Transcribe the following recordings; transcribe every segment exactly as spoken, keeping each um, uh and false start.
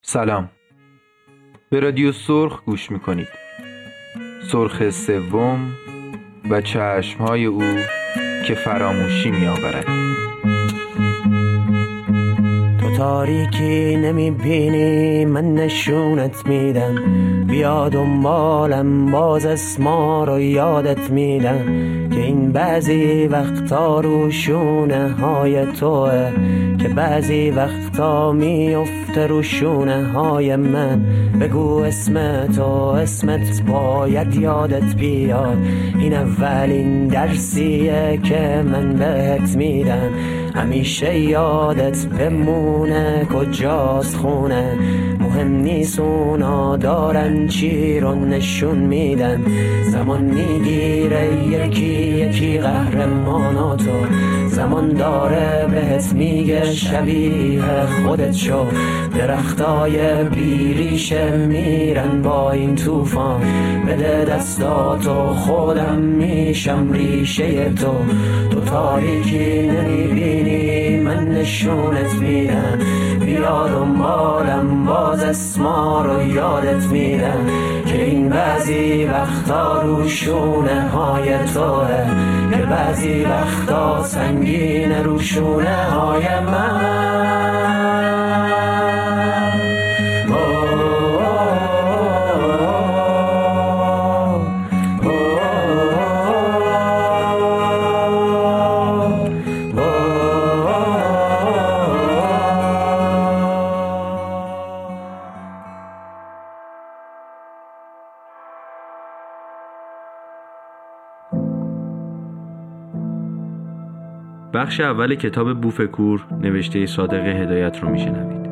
سلام، به رادیو سرخ گوش میکنید. سرخ سوم و چشمهای او که فراموشی میآورد. تو تاریکی نمیبینی، من نشونت میدم. بیا دنبالم، باز اسما رو یادت میدم که این بعضی وقتا رو شونه های توه، که بعضی وقتا میفته رو شونه های من. بگو اسم تو، اسمت باید یادت بیاد. این اولین درسیه که من بهت میدم. همیشه یادت بمونه کجاست خونه. مهم نیست اونا دارن چی رو نشون میدن. زمان میگیره یکی یکی قهرماناتو. زمان داره بهت میگه شبیه خودت شو. درختای بیریشه میرن با این طوفان. بده دستاتو، خودم میشم ریشه تو. تو تاریکی نمیبینی، من نشونت میدم. بیا دنبالم، باز اسما رو یادت میدم که این بعضی وقتا رو شونه های توه، که بعضی وقتا سنگین رو شونه های من. بخش اول کتاب بوفکور نوشته صادق هدایت رو میشنوید.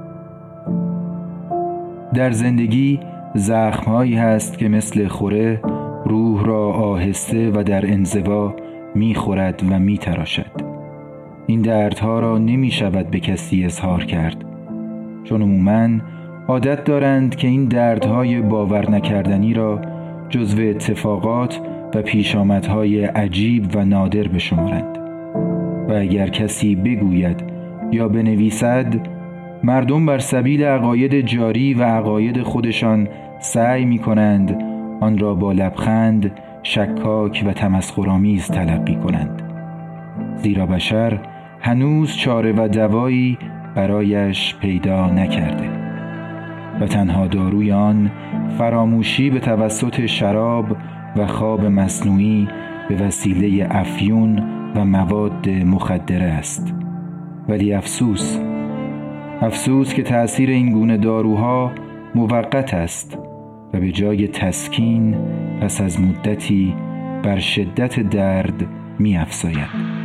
در زندگی زخم‌هایی هست که مثل خوره روح را آهسته و در انزوا می‌خورد و می‌تراشد. این دردها را نمی‌شود به کسی اظهار کرد، چون عموماً عادت دارند که این دردهای باور نکردنی را جزو اتفاقات و پیشامدهای عجیب و نادر بشمارند. و اگر کسی بگوید یا بنویسد، مردم بر سبیل عقاید جاری و عقاید خودشان سعی می کنند آن را با لبخند شکاک و تمسخرآمیز تلقی کنند، زیرا بشر هنوز چاره و دوایی برایش پیدا نکرده و تنها داروی آن فراموشی به توسط شراب و خواب مصنوعی به وسیله افیون و مواد مخدره است. ولی افسوس افسوس که تأثیر این گونه داروها موقت است و به جای تسکین پس از مدتی بر شدت درد می افزاید.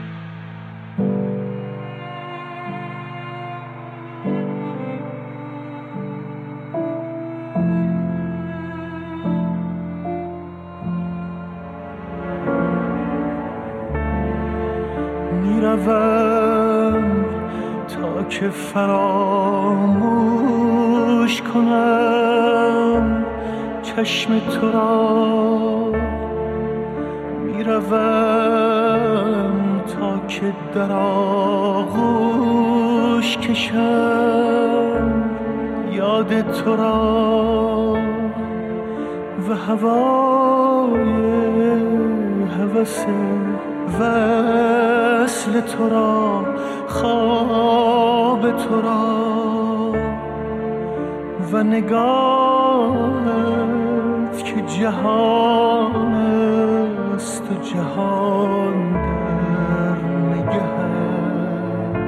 میروم تا که فراموش کنم چشم تو را. میروم تا که در آغوش کشم یاد تو را و هوای هوس وصل تو را، خواب تو را و نگاهت که جهان است و جهان در نگهت.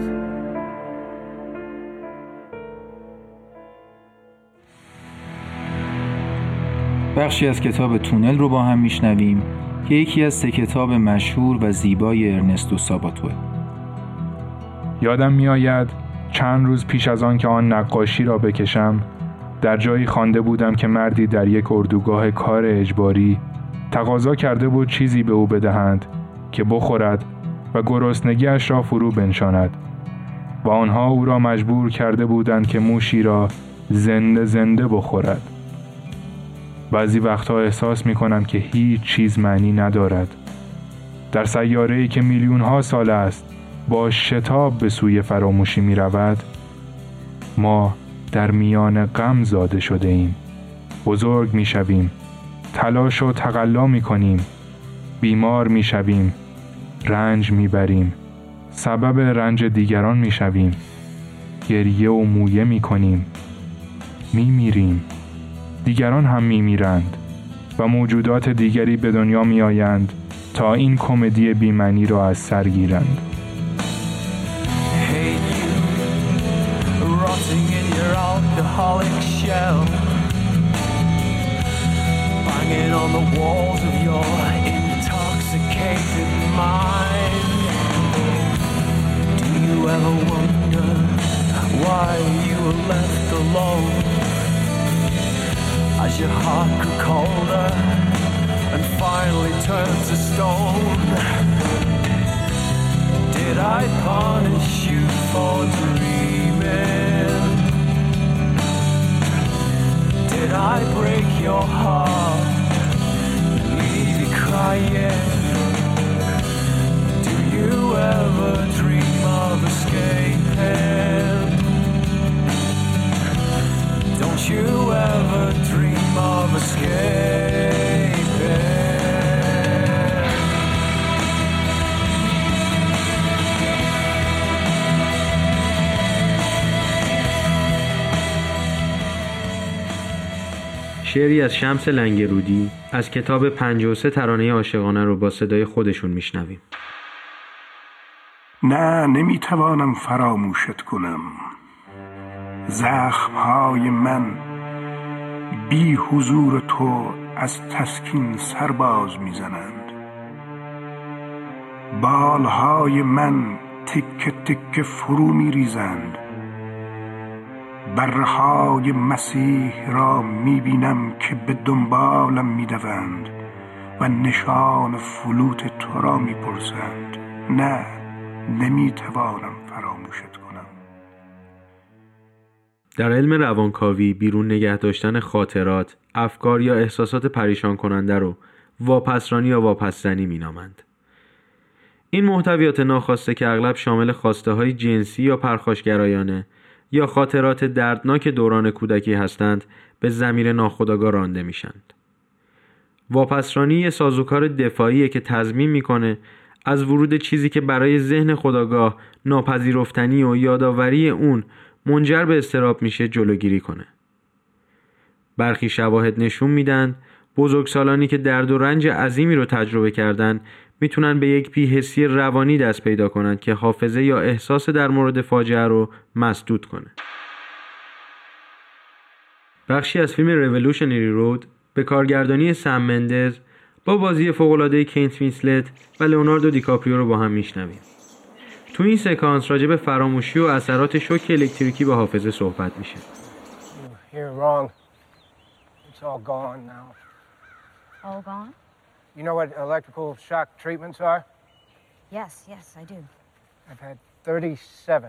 بخشی از کتاب تونل رو با هم میشنویم که یکی از سه کتاب مشهور و زیبای ارنستو ساباتوه. یادم میآید چند روز پیش از آن که آن نقاشی را بکشم، در جایی خوانده بودم که مردی در یک اردوگاه کار اجباری تقاضا کرده بود چیزی به او بدهند که بخورد و گرسنگی‌اش را فرو بنشاند و آنها او را مجبور کرده بودند که موشی را زنده زنده بخورد. بعضی وقتها احساس می کنم که هیچ چیز معنی ندارد. در سیاره‌ای که میلیون ها سال است با شتاب به سوی فراموشی می رود، ما در میان غم زاده شده ایم. بزرگ می شویم، تلاش و تقلا می کنیم، بیمار می شویم، رنج می بریم، سبب رنج دیگران می شویم، گریه و مویه می کنیم، می میریم، دیگران هم می میرند و موجودات دیگری به دنیا می آیند تا این کمدی بی‌معنی را از سر گیرند. Rotting in your alcoholic shell, banging on the walls of your intoxicated mind. Do you ever wonder why you were left alone, as your heart grew colder and finally turned to stone? Did I punish you for dreaming? Did I break your heart and leave you crying? Do you ever dream of escaping? Don't you ever dream of escaping? شعری از شمس لنگرودی از کتاب پنجاه و سه ترانه عاشقانه رو با صدای خودشون میشنویم. نه نمیتوانم فراموشت کنم، زخمهای من بی حضور تو از تسکین سرباز میزنند. بالهای من تکه تکه فرو میریزند. برهای مسیح را میبینم که به دنبالم میدوند و نشان فلوت تو را میپرسند. نه نمیتوانم فراموشت کنم. در علم روانکاوی بیرون نگه داشتن خاطرات، افکار یا احساسات پریشان کننده رو واپسرانی یا واپسزنی مینامند. این محتویات ناخواسته که اغلب شامل خواسته های جنسی یا پرخاشگرایانه یا خاطرات دردناک دوران کودکی هستند به ضمیر ناخودآگاه رانده میشند. واپسرانی یه سازوکار دفاعیه که تضمین میکنه از ورود چیزی که برای ذهن خودآگاه ناپذیرفتنی و یادآوری اون منجر به اضطراب میشه جلوگیری کنه. برخی شواهد نشون میدن بزرگسالانی که درد و رنج عظیمی رو تجربه کردن میتونن به یک بی‌حسی روانی دست پیدا کنن که حافظه یا احساس در مورد فاجعه رو مسدود کنه. بخشی از فیلم ریولوشنری رود به کارگردانی سم مندز با بازی فوق‌العاده کیت وینسلت و لئوناردو دیکاپریو رو با هم میشنویم. تو این سکانس راجع به فراموشی و اثرات شوک الکتریکی به حافظه صحبت میشه. You're wrong. It's all gone now. All gone? You know what electrical shock treatments are? Yes, yes, I do. I've had thirty-seven.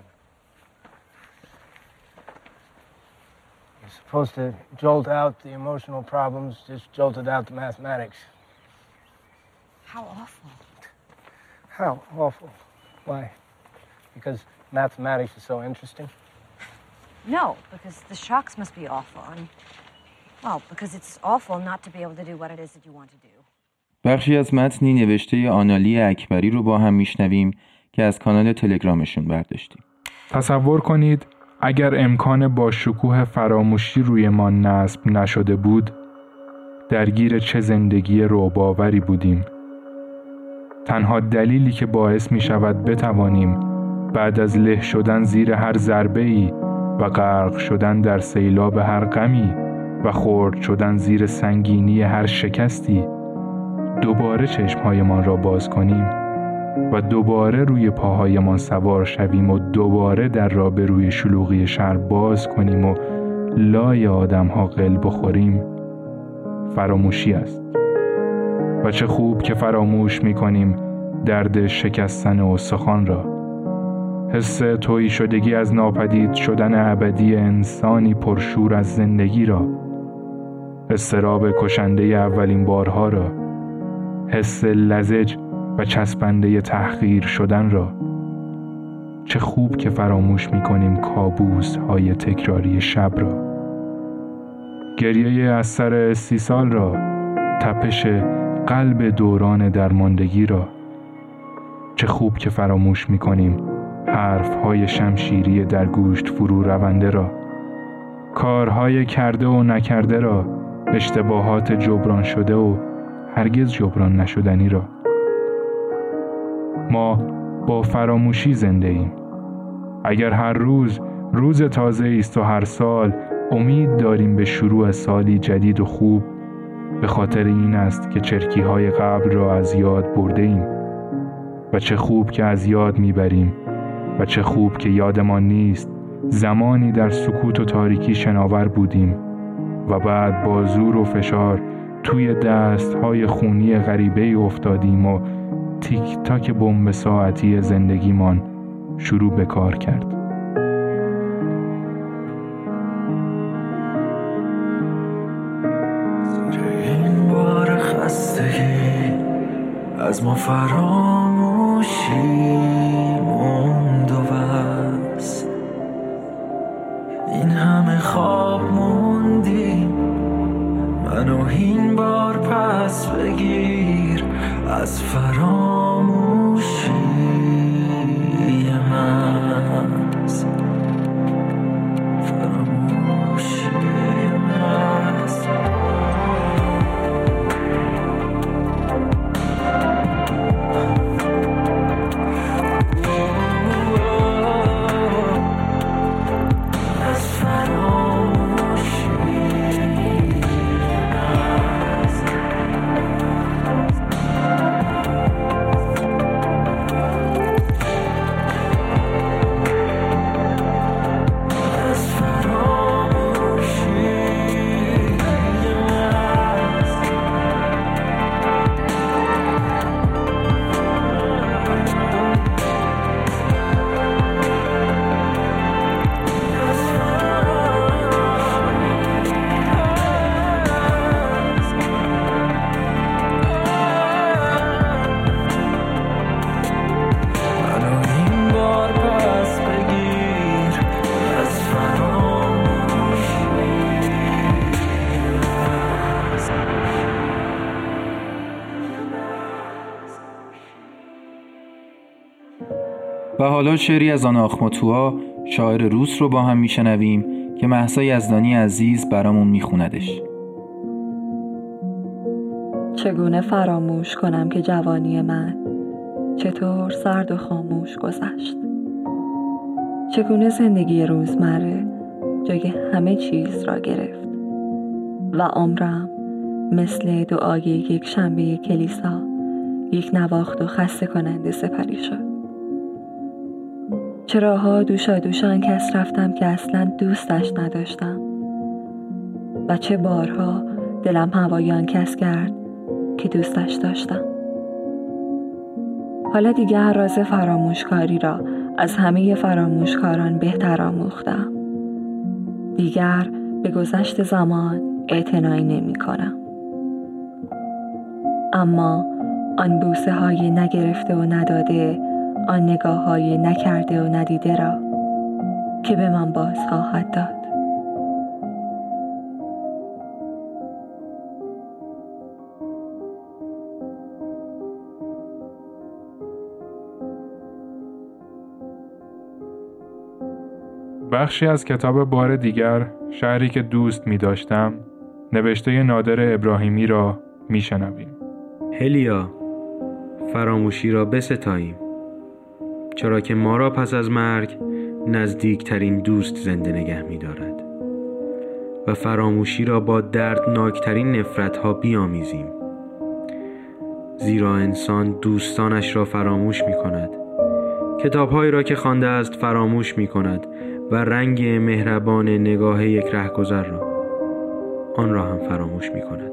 You're supposed to jolt out the emotional problems, just jolted out the mathematics. How awful. How awful. Why? Because mathematics is so interesting? No, because the shocks must be awful. And, well, because it's awful not to be able to do what it is that you want to do. بخشی از متنی نوشته آنالی اکبری رو با هم میشنویم که از کانال تلگرامشون برداشتیم. تصور کنید اگر امکان با شکوه فراموشی روی ما نصب نشده بود، درگیر چه زندگی رعب‌آوری بودیم. تنها دلیلی که باعث می شود بتوانیم بعد از له شدن زیر هر ضربه‌ای و غرق شدن در سیلاب هر غمی و خرد شدن زیر سنگینی هر شکستی دوباره چشمهایمان را باز کنیم و دوباره روی پاهایمان سوار شویم و دوباره در را به روی شلوغی شهر باز کنیم و لای آدم‌ها قل بخوریم، فراموشی است. و چه خوب که فراموش می‌کنیم درد شکستن استخوان را، حس تویی شدگی از ناپدید شدن ابدی انسانی پرشور از زندگی را، اضطراب کشنده اولین بارها را، حس لزج و چسبنده تحقیر شدن را، چه خوب که فراموش می‌کنیم کابوس های تکراری شب را، گریه از سر سی سال را، تپش قلب دوران درماندگی را. چه خوب که فراموش می‌کنیم حرف‌های شمشیری در گوشت فرو رونده را، کارهای کرده و نکرده را، اشتباهات جبران شده و هرگز جبران نشدنی را. ما با فراموشی زنده ایم. اگر هر روز روز تازه است و هر سال امید داریم به شروع سالی جدید و خوب، به خاطر این است که چرکی‌های قبل را از یاد برده ایم. و چه خوب که از یاد میبریم و چه خوب که یادمان نیست زمانی در سکوت و تاریکی شناور بودیم و بعد با زور و فشار توی دست‌های خونی غریبه افتادیم و تیک تاک بمب ساعتی زندگیمان شروع به کار کرد. این بار خستگی از ما فراموشی موند و بس، این همه خواب موندیم، منو این بار پس بگیر از فراموشی محض، فراموشی محض. و حالا شعری از آن آخماتوها شاعر روس رو با هم میشنویم که مهسا یزدانی عزیز برامون میخوندش. چگونه فراموش کنم که جوانی من چطور سرد و خاموش گذشت؟ چگونه زندگی روزمره جای همه چیز را گرفت و عمرم مثل دعای یک شنبه کلیسا یک نواخت و خسته کننده سپری شد. چراها دوشا دوشان کس رفتم که اصلا دوستش نداشتم و چه بارها دلم هوایان کس کرد که دوستش داشتم. حالا دیگر راز فراموشکاری را از همه فراموشکاران بهتر آموختم. دیگر به گذشت زمان اعتنایی نمی کنم. اما آن بوسه های نگرفته و نداده، آن نگاه های نکرده و ندیده را که به من باز خواهد داد. بخشی از کتاب بار دیگر، شهری که دوست می داشتم، نوشته نادر ابراهیمی را می شنویم. هلیا، فراموشی را بستاییم، چرا که ما را پس از مرگ نزدیکترین دوست زنده نگه می دارد و فراموشی را با دردناکترین نفرت ها بیامیزیم، زیرا انسان دوستانش را فراموش می کند، کتابهایی را که خوانده است فراموش می کند و رنگ مهربان نگاه یک رهگذر را، آن را هم فراموش می کند.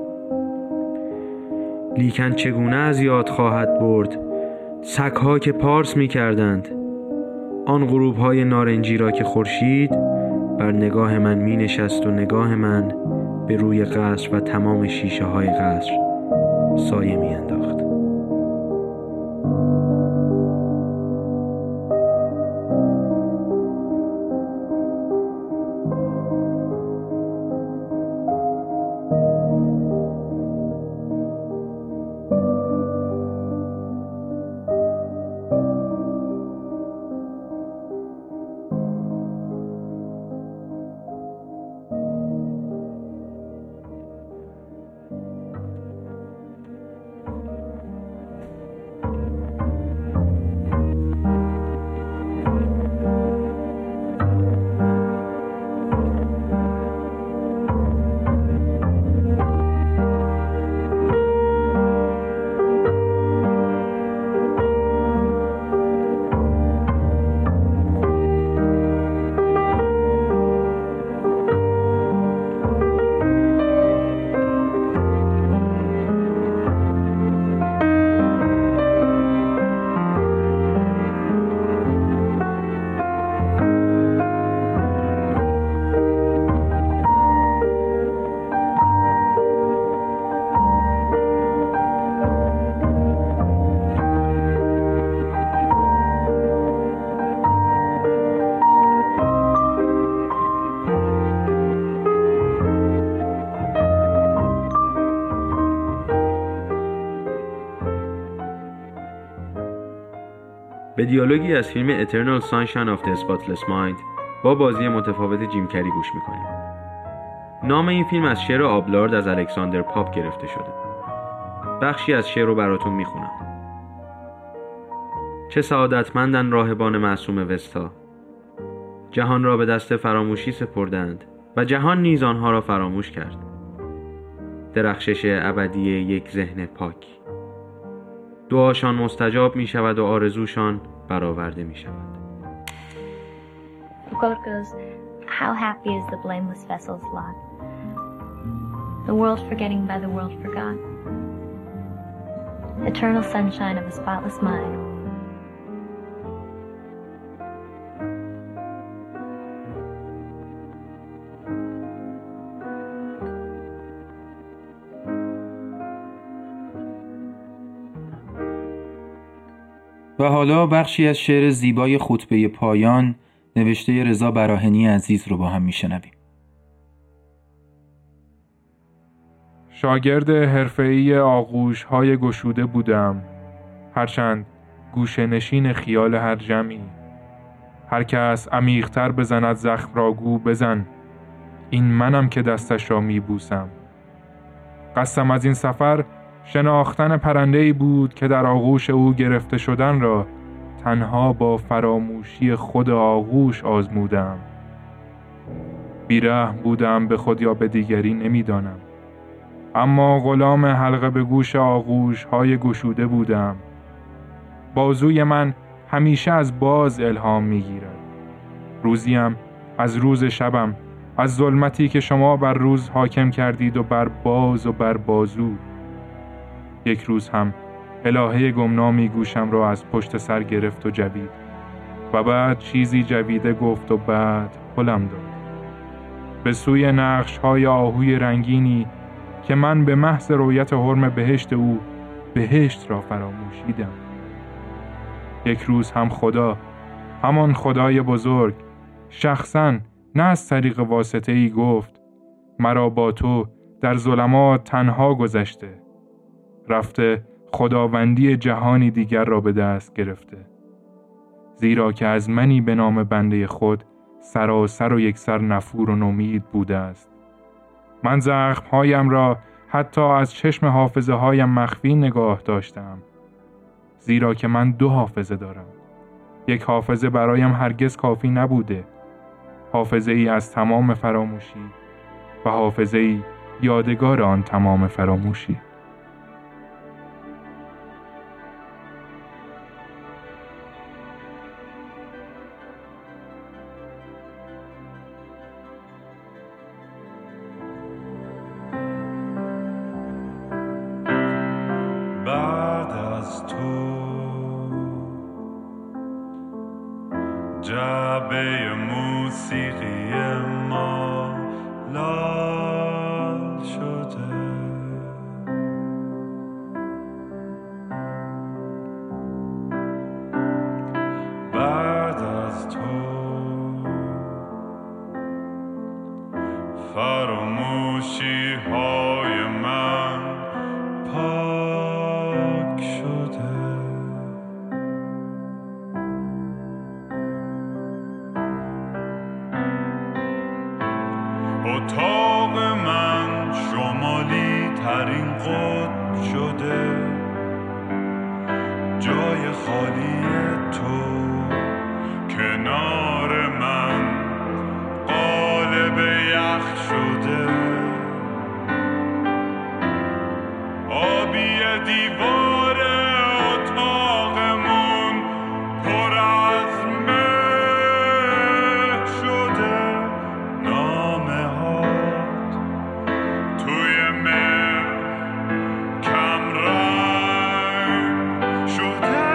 لیکن چگونه از یاد خواهد برد سگ‌ها که پارس می کردند، آن غروب‌های نارنجی را که خورشید بر نگاه من می نشست و نگاه من به روی قصر و تمام شیشه های قصر سایه می انداخت. به دیالوگی از فیلم Eternal Sunshine of the Spotless Mind با بازی متفاوت جیم کری گوش میکنیم. نام این فیلم از شعر آبلارد از الکساندر پاپ گرفته شده. بخشی از شعر رو براتون میخونم. چه سعادتمندن راهبان معصوم وستا، جهان را به دست فراموشی سپردند و جهان نیز آنها را فراموش کرد. درخشش ابدی یک ذهن پاک، دعاشان مستجاب می شود و آرزوشان برآورده می شود. The quote goes, how happy is the blameless vessel's lot, the world forgetting by the world forgot, eternal sunshine of a spotless mind. و حالا بخشی از شعر زیبای خطبه پایان نوشته رضا براهنی عزیز رو با هم میشنویم. شاگرد حرفه‌ای آغوش‌های گشوده بودم، هرچند گوشه نشین خیال هر جمعی. هر کس عمیق‌تر بزند زخم را گو بزن، این منم که دستش را میبوسم. قصدم از این سفر شناختن پرنده‌ای بود که در آغوش او گرفته شدن را تنها با فراموشی خود آغوش آزمودم. بیرحم بودم به خود یا به دیگری نمیدانم، اما غلام حلقه به گوش آغوش های گشوده بودم. بازوی من همیشه از باز الهام میگیرد. روزیم از روز شبم، از ظلمتی که شما بر روز حاکم کردید و بر باز و بر بازو. یک روز هم الهه گمنامی گوشم را از پشت سر گرفت و جوید و بعد چیزی جویده گفت و بعد هلم داد به سوی نقش های آهوی رنگینی که من به محض رویت حرم بهشت او بهشت را فراموشیدم. یک روز هم خدا، همان خدای بزرگ، شخصاً نه از طریق واسطه ای گفت مرا با تو در ظلمات تنها گذشته، رفته خداوندی جهانی دیگر را به دست گرفته، زیرا که از منی به نام بنده خود سراسر و یک سر نفور و نومید بوده است. من زخمهایم را حتی از چشم حافظه هایم مخفی نگاه داشتم، زیرا که من دو حافظه دارم. یک حافظه برایم هرگز کافی نبوده، حافظه ای از تمام فراموشی و حافظه ای یادگار آن تمام فراموشی. بعد از تو جعبه موسیقی ما لال شده، بعد از تو فراموشی های من پاک شده. اتاق من شمالی ترین قطب شده، جای خالی تو کنار من قالب یخ شده. آبی دیوار اتاقمون پر از مه شده، نامه هات توی مه کم رنگ شده.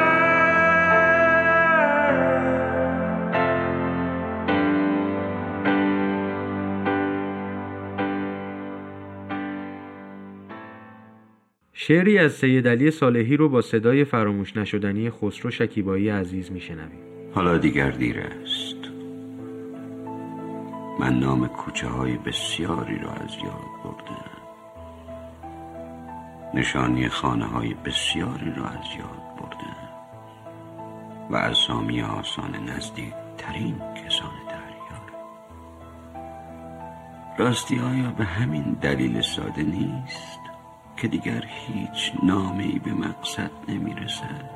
شعری از سید علی صالحی رو با صدای فراموش نشدنی خسرو شکیبایی عزیز میشنویم. حالا دیگر دیر است. من نام کوچه های بسیاری را از یاد بردم، نشانی خانه های بسیاری را از یاد بردم. و اسامی آسان نزدیک ترین کسان دریا. راستی آیا به همین دلیل ساده نیست که دیگر هیچ نامه‌ای به مقصد نمی‌رسد؟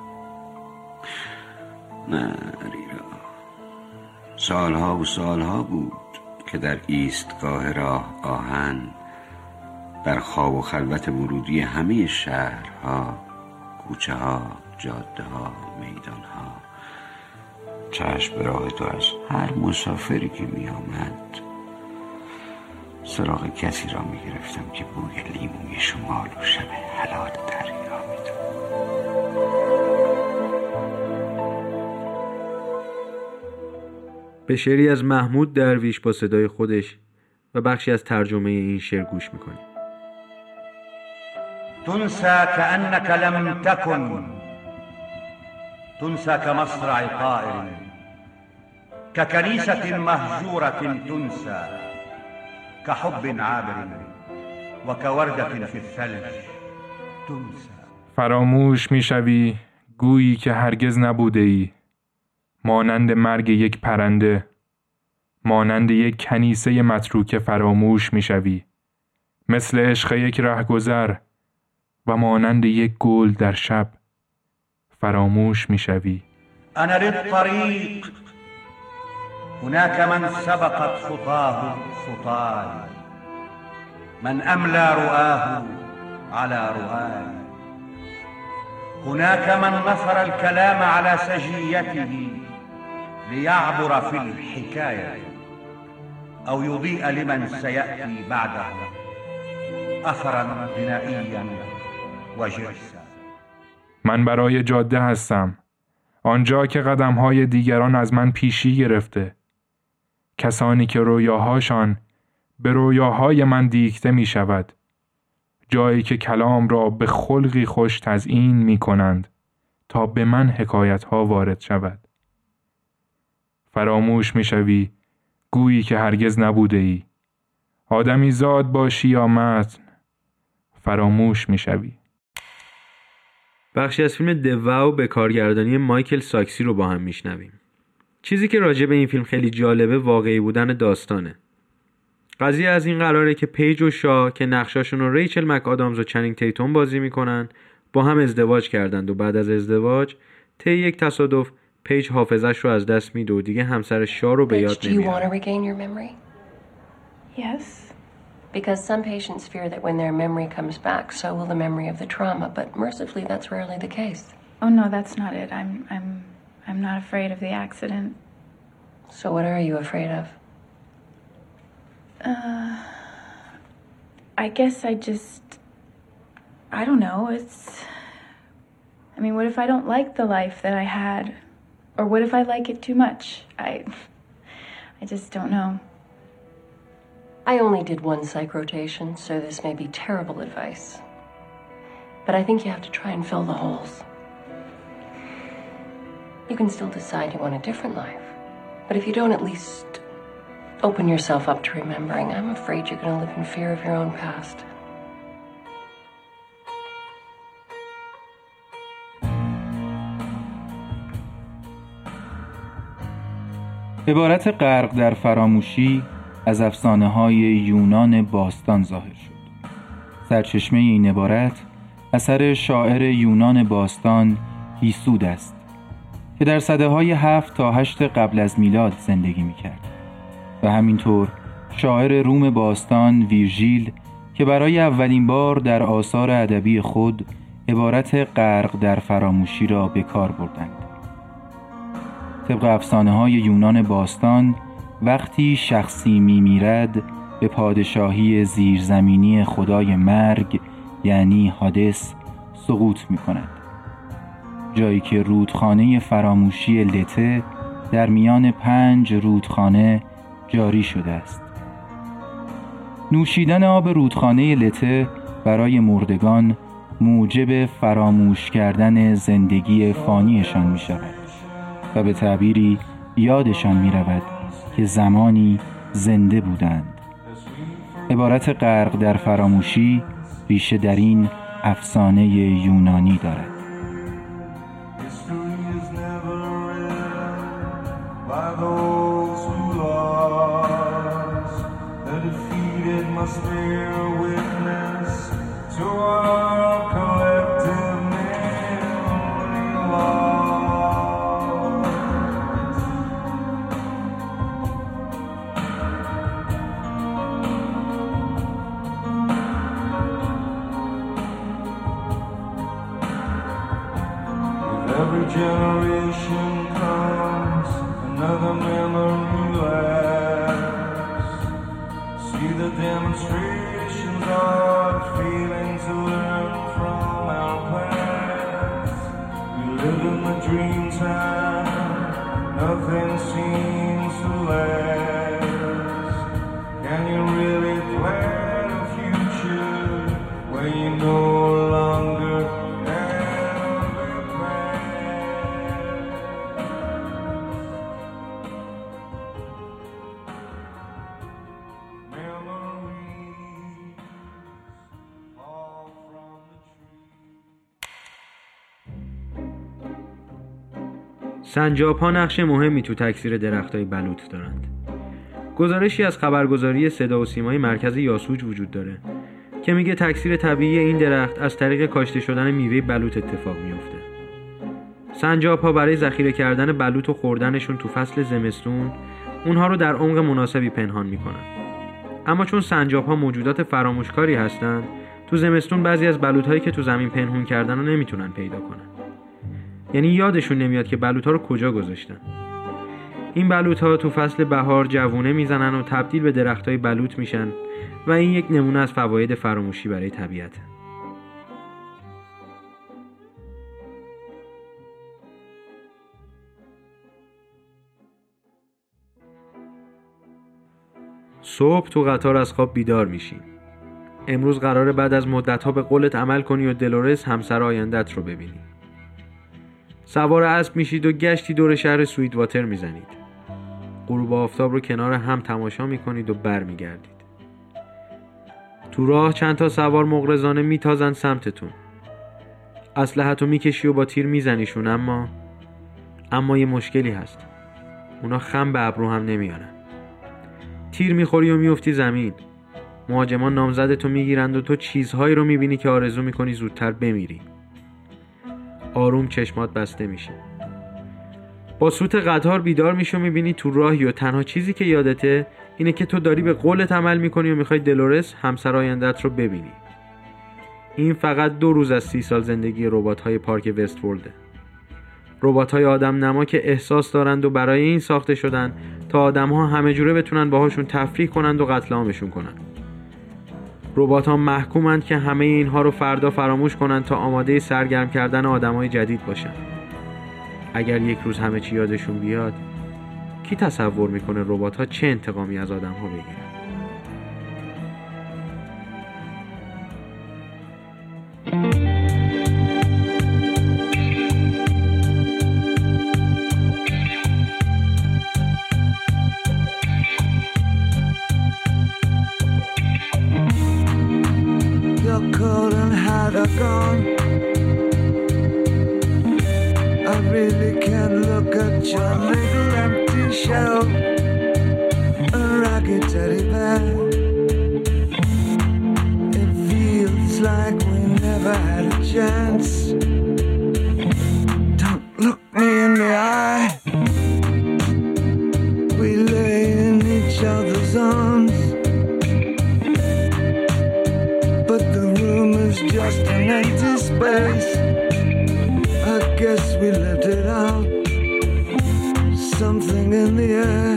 نه ریرا، سالها و سالها بود که در ایستگاه راه آهن، در خواب و خلوت ورودی همه شهرها، کوچه ها، جاده ها، میدان ها، چشم به راه تو از هر مسافری که می آمد سراغ کسی را می گرفتم که بوی لیموی شمال و شب حلال دریا می داد. به شعری از محمود درویش با صدای خودش و بخشی از ترجمه این شعر گوش میکنیم. تنسى كأنك لم تكن، تنسى كمصرع طائر، ككنيسة مهجورة تنسى، كحب عابر وكوردة في الثلج تنسى. فراموش میشوی گویی که هرگز نبوده ای، مانند مرگ یک پرنده، مانند یک کنیسه متروکه فراموش میشوی، مثل عشق یک رهگذر و مانند یک گل در شب فراموش میشوی. انا للطريق، هناك من سبقت خطاه خطاي، من املى رؤاه على رؤاي، هناك من نثر الكلام على سجيته ليعبر في الحكاية أو يضيء لمن سيأتي بعده أثرا بنائيا وجرسا. من برای جاده هستم، آنجا که قدمهای دیگران از من پیشی گرفته، کسانی که رویاهاشان به رویاهای من دیکته می شود، جایی که کلام را به خلقی خوش تزیین می کنند تا به من حکایتها وارد شود. فراموش می شوی گویی که هرگز نبوده ای، آدمی زاد باشی یا متن فراموش می شوی. بخشی از فیلم دواو به کارگردانی مایکل ساکسی رو با هم میشنویم. چیزی که راجع به این فیلم خیلی جالبه واقعی بودن داستانه. قضیه از این قراره که پیج و شا که نقشاشون رو ریچل مک آدامز و چنینگ تیتوم بازی میکنن با هم ازدواج کردند و بعد از ازدواج طی یک تصادف پیج حافظش رو از دست میده و دیگه همسر شا رو به یاد نمیاره. Yes. Because some patients fear that when their memory comes back, so will the memory of the trauma, but mercifully that's rarely the case. Oh no, that's not it. I'm I'm I'm not afraid of the accident. So what are you afraid of? Uh I guess I just I don't know. It's I mean, what if I don't like the life that I had? Or what if I like it too much? I I just don't know. I only did one psych rotation, so this may be terrible advice. But I think you have to try and fill the holes. You can still decide you want a different life. But if you don't at least open yourself up to remembering, I'm afraid you're going to live in fear of your own past. عبارت غرق در فراموشی از افسانه‌های یونان باستان ظاهر شد. سرچشمه این عبارت اثر شاعر یونان باستان هیسود است که در سده‌های هفت تا هشت قبل از میلاد زندگی می‌کرد و همینطور شاعر روم باستان ویرژیل که برای اولین بار در آثار ادبی خود عبارت غرق در فراموشی را به کار بردند. طبق افسانه‌های یونان باستان وقتی شخصی می‌میرد به پادشاهی زیرزمینی خدای مرگ یعنی هادس سقوط می‌کند، جایی که رودخانه فراموشی لته در میان پنج رودخانه جاری شده است. نوشیدن آب رودخانه لته برای مردگان موجب فراموش کردن زندگی فانیشان می‌شود و به تعبیری یادشان می‌رود که زمانی زنده بودند. عبارت غرق در فراموشی ریشه در این افسانه یونانی دارد. must be a witness to our collective memory loss. With every generation comes another memory lapse. See the demonstrations of feeling to learn from our past. We live in the dream time, nothing seems to last. Can you really plan a future where you no longer have a plan? Memories fall from the tree. سنجاب‌ها نقش مهمی تو تکثیر درختای بلوط دارند. گزارشی از خبرگزاری صدا و سیمای مرکز یاسوج وجود داره که میگه تکثیر طبیعی این درخت از طریق کاشته شدن میوه بلوط اتفاق میفته. سنجاب‌ها برای ذخیره کردن بلوط و خوردنشون تو فصل زمستون اونها رو در عمق مناسبی پنهان میکنن. اما چون سنجاب‌ها موجودات فراموشکاری هستن، تو زمستون بعضی از بلوط‌هایی که تو زمین پنهون کردن رو نمیتونن پیدا کنن. یعنی یادشون نمیاد که بلوط‌ها رو کجا گذاشتن. این بلوط‌ها تو فصل بهار جوونه میزنن و تبدیل به درختای بلوط میشن و این یک نمونه از فواید فراموشی برای طبیعته. صبح تو قطار از خواب بیدار میشی. امروز قراره بعد از مدت‌ها به قولت عمل کنی و دلورس همسر آیندت رو ببینی. سوار اسب میشید و گشتی دور شهر سویت واتر میزنید. غروب آفتاب رو کنار هم تماشا میکنید و بر میگردید. تو راه چند تا سوار مغرضانه میتازن سمتتون. اسلحه‌تو میکشی و با تیر میزنیشون، اما اما یه مشکلی هست. اونا خم به ابرو هم نمیارن. تیر میخوری و میفتی زمین. مهاجمان نامزدتو میگیرند و تو چیزهایی رو میبینی که آرزو میکنی زودتر بمیری. آروم چشمات بسته میشه. با سوت قطار بیدار میشی و میبینی تو راهی و تنها چیزی که یادته اینه که تو داری به قولت عمل میکنی و میخوای دلورس همسر آیندت رو ببینی. این فقط دو روز از سی سال زندگی ربات‌های پارک وستفورلده. ربات‌های آدم نما که احساس دارند و برای این ساخته شدن تا آدم‌ها همه جوره بتونن باهاشون تفریح کنند و قتل عامشون کنن. ربات‌ها محکومند که همه اینها رو فردا فراموش کنند تا آماده سرگرم کردن آدم‌های جدید باشن. اگر یک روز همه چی یادشون بیاد، کی تصور میکنه ربات‌ها چه انتقامی از آدم‌ها بگیرن؟ You're cold and had a gone. I really can't look at your little empty shell, a ragged teddy bear. It feels like we never had a chance. Don't look me in the eye. We lay in each other's arms, but the room is just an empty space. I guess we left it out. Something in the air.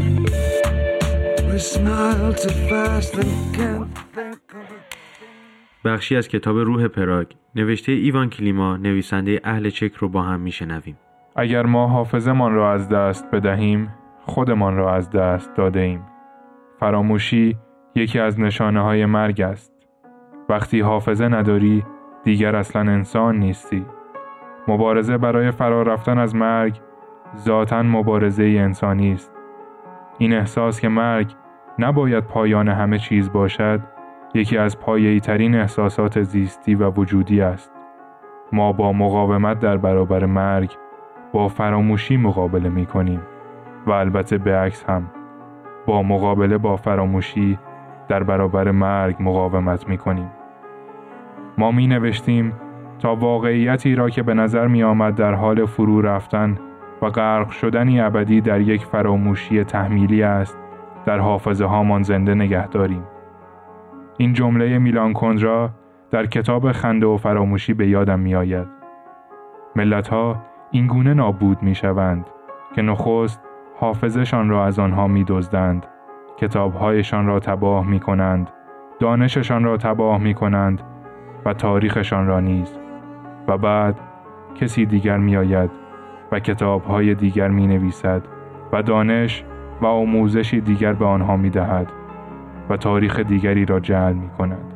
We smile too fast and can't think of it. بخشی از کتاب روح پراگ نوشته ایوان کلیما، نویسنده اهل چک رو با هم میشنویم. اگر ما حافظمان را از دست بدهیم، خودمان را از دست داده ایم. فراموشی یکی از نشانه های مرگ است. وقتی حافظه نداری، دیگر اصلا انسان نیستی. مبارزه برای فرار رفتن از مرگ ذاتاً مبارزه انسانی است. این احساس که مرگ نباید پایان همه چیز باشد، یکی از پایه‌ای ترین احساسات زیستی و وجودی است. ما با مقاومت در برابر مرگ با فراموشی مقابله می کنیم و البته به عکس هم. با مقابله با فراموشی در برابر مرگ مقاومت می کنیم. ما می نوشتیم تا واقعیتی را که به نظر می آمد در حال فرو رفتن و غرق شدنی ابدی در یک فراموشی تحمیلی است، در حافظه هامان زنده نگه داریم. این جمله میلان کندرا در کتاب خنده و فراموشی به یادم می آید. ملت ها این گونه نابود می شوند که نخست حافظشان را از آنها می دزدند، کتابهایشان را تباه می کنند، دانششان را تباه می کنند و تاریخشان را نیز. و بعد کسی دیگر می آید و کتابهای دیگر می نویسد و دانش و آموزشی دیگر به آنها می دهد و تاریخ دیگری را جعل می کند.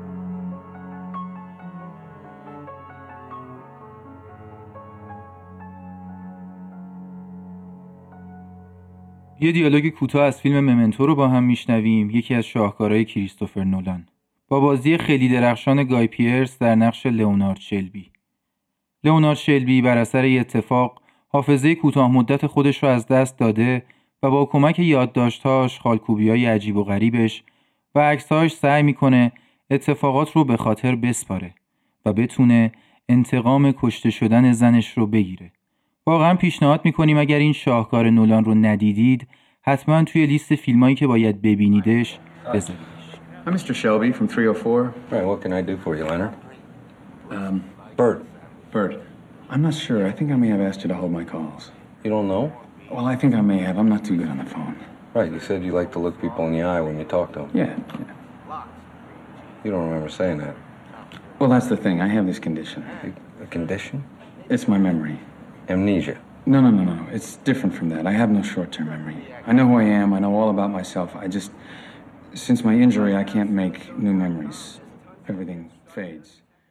یه دیالوگ کوتاه از فیلم ممنتو رو با هم میشنویم، یکی از شاهکارهای کریستوفر نولان، با بازی خیلی درخشان گای پیرس در نقش لئونارد شلبی. لئونارد شلبی بر اثر یه اتفاق حافظه کوتاه مدت خودش رو از دست داده و با کمک یادداشت‌هاش، خالکوبی‌های عجیب و غریبش و عکس‌هاش سعی میکنه اتفاقات رو به خاطر بسپاره و بتونه انتقام کشته شدن زنش رو بگیره. واقعا پیشنهاد میکنیم اگر این شاهکار نولان رو ندیدید حتما توی لیست فیلمایی که باید ببینیدش بذاریدش. I'm Mister Shelby from three oh four. Right, what can I do for you, Leonard? Um, Bert. Bert, I'm not sure. I think I may have asked you to hold my calls. You don't know? Well, I think I may have. I'm not too good on the phone. Right, you said you like to look people in the eye when you talk to them. Yeah, yeah. You don't remember saying that. Well, that's the thing. I have this condition. A condition? It's my memory. Amnesia. No, no, no, no. It's different from that. I have no short-term memory. I know who I am. I know all about myself. I just... Since my injury, I can't make new memories. Everything fades.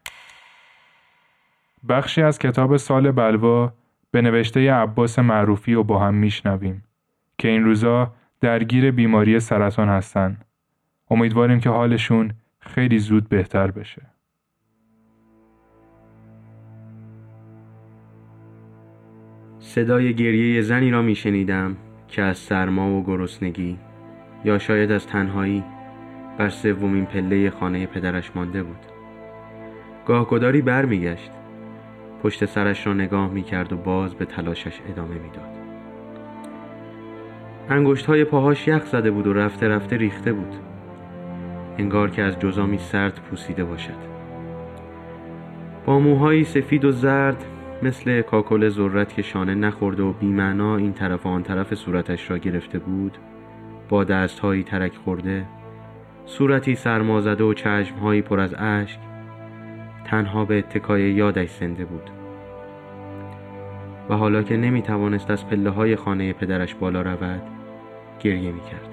بخشی از کتاب سال بلوا به نوشته عباس معروفی رو با هم میشنویم که این روزا درگیر بیماری سرطان هستن. امیدواریم که حالشون خیلی زود بهتر بشه. صدای گریه زنی را میشنیدم که از سرما و گرسنگی یا شاید از تنهایی بر سومین پله خانه پدرش مانده بود. گاهگداری بر میگشت، پشت سرش را نگاه میکرد و باز به تلاشش ادامه میداد. انگشت‌های پاهاش یخ زده بود و رفته رفته ریخته بود، انگار که از جزامی سرد پوسیده باشد. با موهایی سفید و زرد مثل کاکل ذرت که شانه نخورده و بی‌معنا این طرف و آن طرف صورتش را گرفته بود، با دست‌هایی ترک خورده، صورتی سرمازده و چشم‌هایی پر از اشک، تنها به اتکای یادش زنده بود. و حالا که نمی‌توانست از پله‌های خانه پدرش بالا رود، گریه می‌کرد.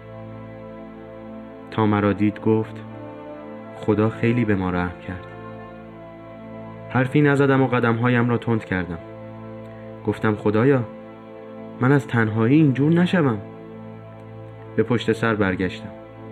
تا مرا دید گفت: خدا خیلی به ما رحم کرد. حرفی نزدم و قدم‌هایم را تند کردم. گفتم خدایا من از تنهایی اینجور نشوم. به پشت سر برگشتم.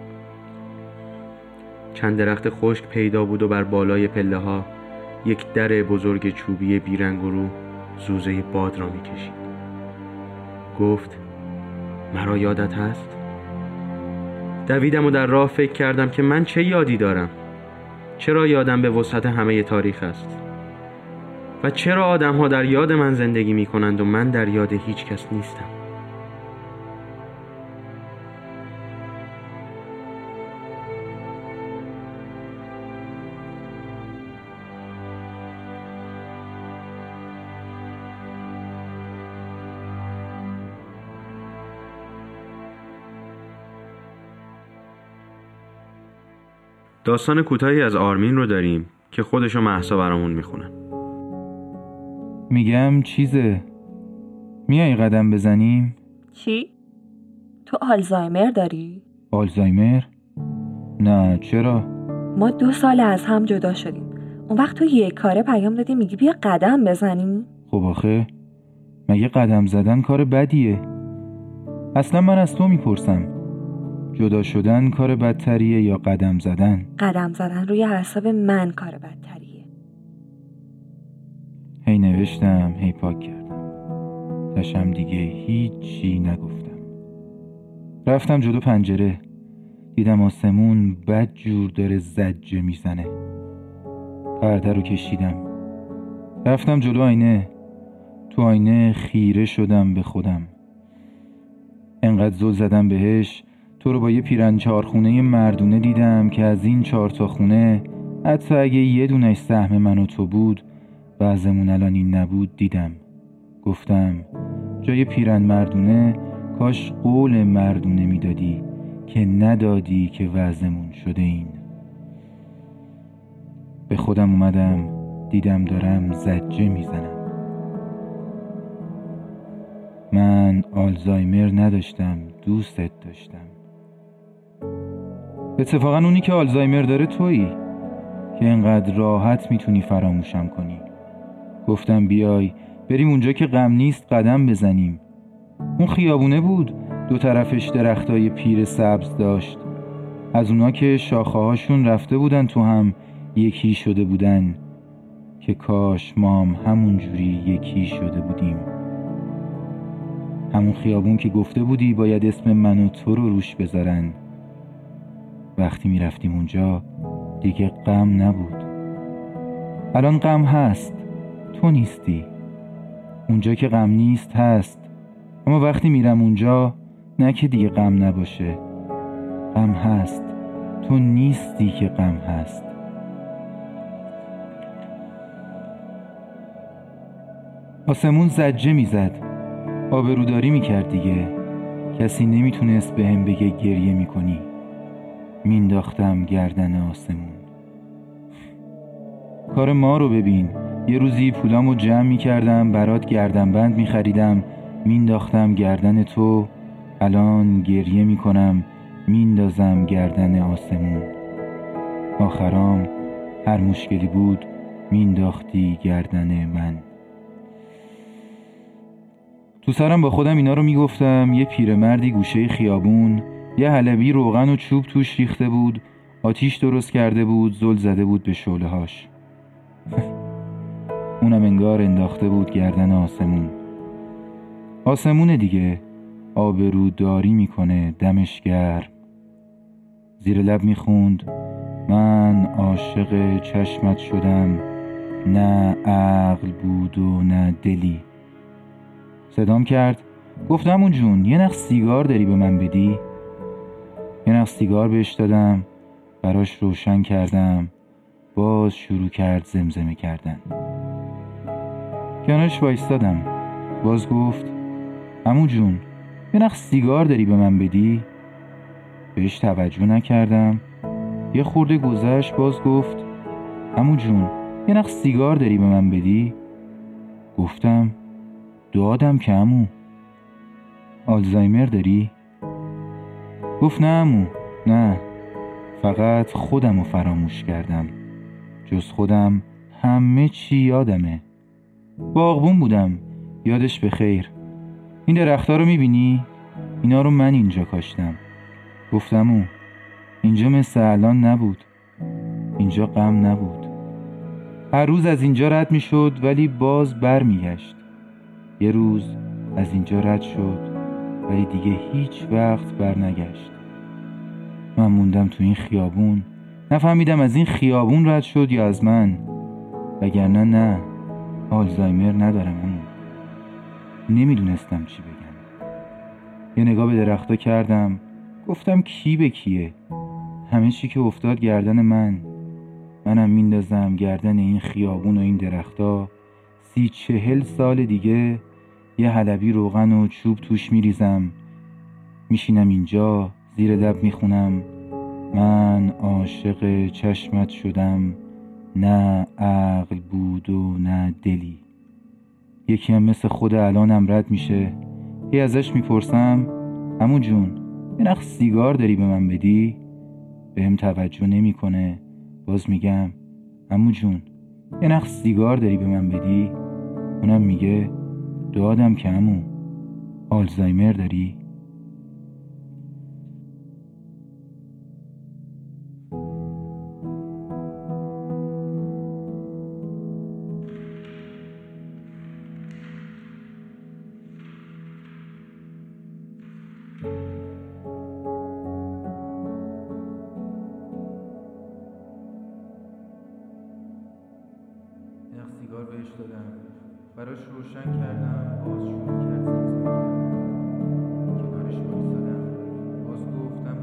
چند درخت خشک پیدا بود و بر بالای پله ها یک در بزرگ چوبی بیرنگ و رو زوزه باد را می کشید. گفت: مرا یادت هست؟ دویدم و در راه فکر کردم که من چه یادی دارم؟ چرا یادم به وسعت همه تاریخ است؟ و چرا آدم ها در یاد من زندگی می کنند و من در یاد هیچ کس نیستم؟ داستان کوتاهی از آرمین رو داریم که خودشو مهسا برامون میخونن. میگم چیزه، میای قدم بزنیم؟ چی؟ تو آلزایمر داری؟ آلزایمر؟ نه چرا؟ ما دو سال از هم جدا شدیم. اون وقت تو یک کاره پیام دادی میگی بیا قدم بزنیم؟ خب آخه مگه قدم زدن کار بدیه؟ اصلا من از تو میپرسم، جدا شدن کار بدتریه یا قدم زدن؟ قدم زدن روی اعصاب من کار بدتریه. هی نوشتم هی پاک کردم، تشم دیگه هیچی نگفتم. رفتم جلو پنجره، دیدم آسمون بد جور داره زجه میزنه. پرده رو کشیدم، رفتم جلو آینه. تو آینه خیره شدم به خودم. انقدر زل زدم بهش تو رو با یه پیرن چارخونه مردونه دیدم که از این چهار تا خونه حتی اگه یه دونش سهم من و تو بود وضعمون الان این نبود. دیدم، گفتم جای پیرن مردونه کاش قول مردونه میدادی که ندادی که وضعمون شده این. به خودم اومدم، دیدم دارم زجه میزنم. من آلزایمر نداشتم، دوستت داشتم. اتفاقا اونی که آلزایمر داره تویی که اینقدر راحت میتونی فراموشم کنی. گفتم بیای بریم اونجا که غم نیست قدم بزنیم. اون خیابونه بود، دو طرفش درختای پیر سبز داشت، از اونا که شاخه هاشون رفته بودن تو هم یکی شده بودن، که کاش ما هم همون جوری یکی شده بودیم. همون خیابون که گفته بودی باید اسم من و تو رو روش بذارن. وقتی می رفتیم اونجا دیگه غم نبود. الان غم هست، تو نیستی. اونجا که غم نیست هست، اما وقتی میرم اونجا نه که دیگه غم نباشه. غم هست، تو نیستی که غم هست. آسمون زجه میزد، آبروداری میکرد دیگه. کسی نمیتونست به هم بگه گریه میکنی. مینداختم گردن آسمون. کار ما رو ببین. یه روزی پولامو جمع میکردم برات گردنبند میخریدم، مینداختم گردن تو. الان گریه میکنم، میندازم گردن آسمون. آخرام هر مشکلی بود مینداختی گردن من. تو سرم با خودم اینا رو میگفتم. یه پیرمردی گوشه خیابون یه حلبی روغن و چوب توش ریخته بود، آتیش درست کرده بود، زل زده بود به شعله هاش. اونم انگار انداخته بود گردن آسمون. آسمون دیگه آبروداری میکنه، دمش گرم. زیر لب میخوند من عاشق چشمت شدم، نه عقل بود و نه دلی. صدام کرد، گفتم اون جون یه نخ سیگار داری به من بدی؟ یه نخ سیگار بهش دادم، براش روشن کردم، باز شروع کرد زمزمه کردن. کنارش وایستادم، باز گفت عمو جون یه نخ سیگار داری به من بدی؟ بهش توجه نکردم. یه خورده گذشت، باز گفت عمو جون یه نخ سیگار داری به من بدی؟ گفتم دادم که عمو. آلزایمر داری؟ گفت نه عمو، نه، فقط خودم رو فراموش کردم. جز خودم همه چی یادمه. باغبون بودم، یادش به خیر. این درخت‌ها رو میبینی؟ اینا رو من اینجا کاشتم. گفتم او اینجا مثل الان نبود، اینجا غم نبود. هر روز از اینجا رد میشد ولی باز بر میگشت. یه روز از اینجا رد شد ولی دیگه هیچ وقت بر نگشت. من موندم تو این خیابون، نفهمیدم از این خیابون رد شد یا از من. وگرنه نه، آلزایمر ندارم همون. نمیدونستم چی بگم. یه نگاه به درختا کردم، گفتم کی به کیه؟ همه چی که افتاد گردن من. منم میندازم گردن این خیابون و این درختا. سی چهل سال دیگه یه حلبی روغن و چوب توش میریزم، میشینم اینجا زیر لب میخونم من عاشق چشمت شدم، نه عقل بود و نه دلی. یکی هم مثل خود الانم رد میشه، هی ازش میپرسم عمو جون یه نخ سیگار داری به من بدی؟ بهم توجه نمیکنه. باز میگم عمو جون یه نخ سیگار داری به من بدی؟ اونم میگه دادم که عمو. آلزایمر داری؟ گزارش دادم، براش روشن کردم، باز شروع کرد زمزمه کردن. کنارش وایسادم، باز گفتم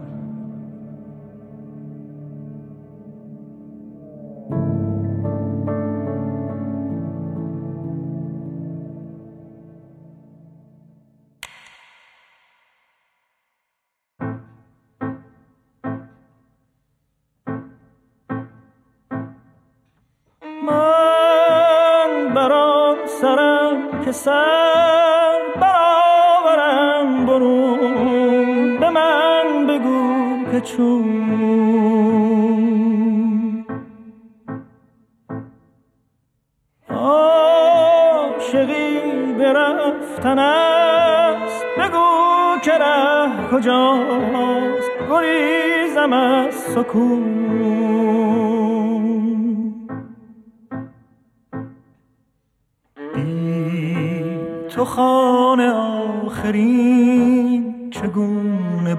که سر برآورم برون، به من بگو که چون عاشقی برفتن است، بگو که ره کجاست، گریزم از سکون. تو خانه آخرین چگونه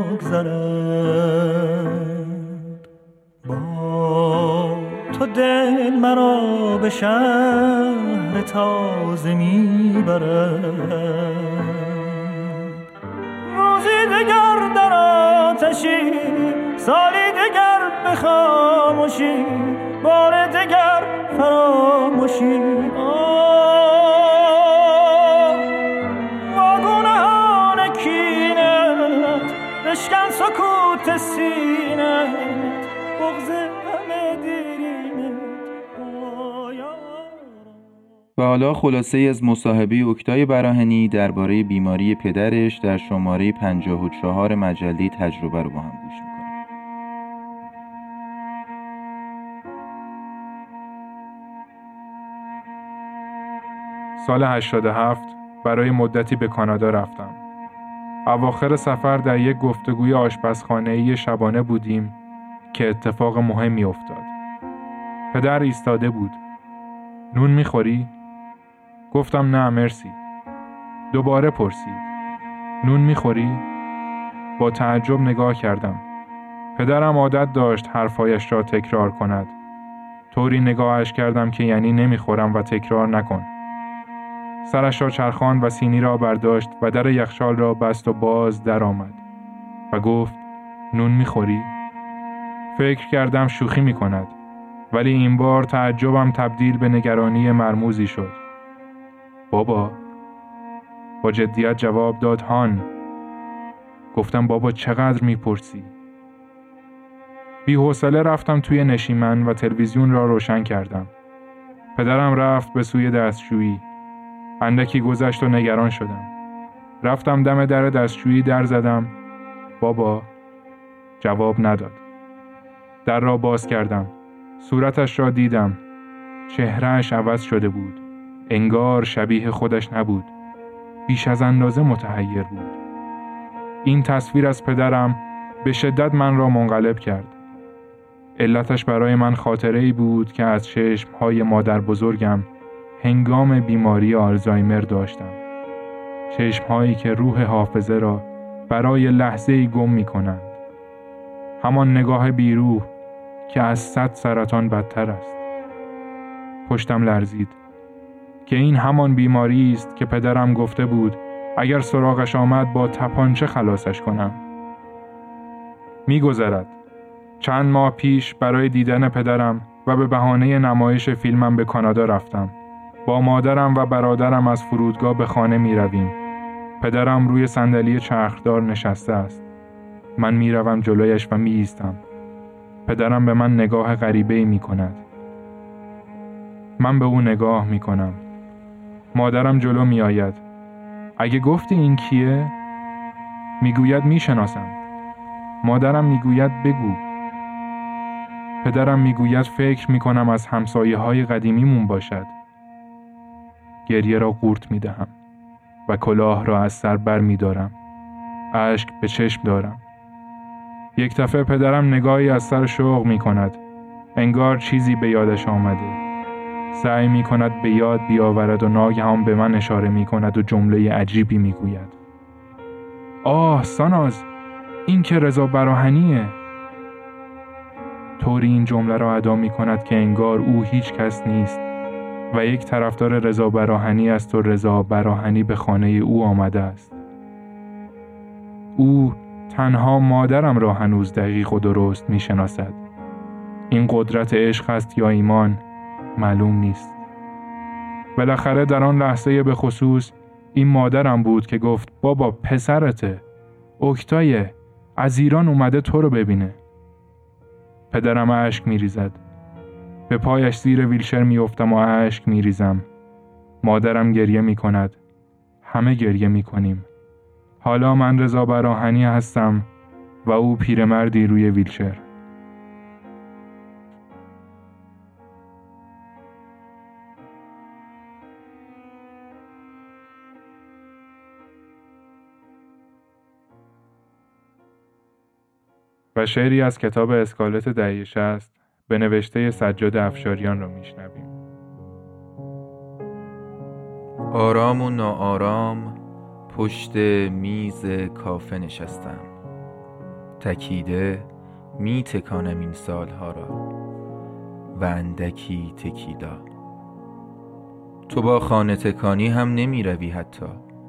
بگذرد، با تو دل مرا به شهر تازه میبرد. روزی دگر در آتشی، سالی دگر به خاموشی، بار دگر فراموشی. بشکن سکوت سینت، بغض همه دیرینت پایان. و حالا خلاصه از مصاحبه اکتای براهنی درباره بیماری پدرش در شماره پنجاه و چهار مجله تجربه رو با هم گوش میکنیم. سال هشتاد و هفت برای مدتی به کانادا رفتم. اواخر سفر در یک گفتگوی آشپزخانه‌ای شبانه بودیم که اتفاق مهمی افتاد. پدر ایستاده بود. نون میخوری؟ گفتم نه مرسی. دوباره پرسید. نون میخوری؟ با تعجب نگاه کردم. پدرم عادت داشت حرفایش را تکرار کند. طوری نگاهش کردم که یعنی نمیخورم و تکرار نکن. سرش را چرخاند و سینی را برداشت و در یخچال را بست و باز در آمد و گفت نون میخوری؟ فکر کردم شوخی میکند، ولی این بار تعجبم تبدیل به نگرانی مرموزی شد. بابا. با جدیت جواب داد هان. گفتم بابا چقدر میپرسی؟ بی حوصله رفتم توی نشیمن و تلویزیون را روشن کردم. پدرم رفت به سوی دستشویی. اندکی گذشت و نگران شدم. رفتم دم در دستشویی در زدم. بابا. جواب نداد. در را باز کردم. صورتش را دیدم. چهرهش عوض شده بود. انگار شبیه خودش نبود. بیش از اندازه متحیر بود. این تصویر از پدرم به شدت من را منقلب کرد. علتش برای من خاطره‌ای بود که از چشم‌های مادر بزرگم هنگام بیماری آلزایمر داشتم. چشم‌هایی که روح حافظه را برای لحظه‌ای گم می‌کنند. همان نگاه بیروح که از صد سرطان بدتر است. پشتم لرزید که این همان بیماری است که پدرم گفته بود اگر سراغش آمد با تپانچه خلاصش کنم. می‌گذرد. چند ماه پیش برای دیدن پدرم و به بهانه نمایش فیلمم به کانادا رفتم. با مادرم و برادرم از فرودگاه به خانه می رویم. پدرم روی صندلی چرخدار نشسته است. من می روم جلویش و می ایستم. پدرم به من نگاه غریبه‌ای می کند. من به او نگاه می کنم. مادرم جلو می آید. اگه گفتی این کیه؟ می گوید می شناسم. مادرم می گوید بگو. پدرم می گوید فکر می کنم از همسایه های قدیمیمون باشد. گریه را قورت می دهم و کلاه را از سر بر می دارم. اشک به چشم دارم. یک دفعه پدرم نگاهی از سر شوق می کند. انگار چیزی به یادش آمده. سعی می کند به یاد بیاورد و ناگهان به من اشاره می کند و جمله عجیبی می گوید. آه ساناز، این که رضا براهنیه. طوری این جمله را ادا می کند که انگار او هیچ کس نیست و یک طرفدار رضا براهنی است و رضا براهنی به خانه او آمده است. او تنها مادرم را هنوز دقیق و درست می شناسد. این قدرت عشق است یا ایمان معلوم نیست. بالاخره در آن لحظه به خصوص این مادرم بود که گفت بابا پسرته، اکتایه، از ایران اومده تو رو ببینه. پدرم اشک می ریزد. به پایش زیر ویلچر می افتم و اشک می ریزم. مادرم گریه می کند. همه گریه می کنیم. حالا من رضا براهنی هستم و او پیرمردی روی ویلچر. و شعری از کتاب اسکالت دهه شصت به نوشته سجاد افشاریان را میشنویم. آرام و ناآرام پشت میز کافه نشستم، تکیده می تکانم این سالها را و اندکی تکیلا. تو با خانه تکانی هم نمی روی حتی.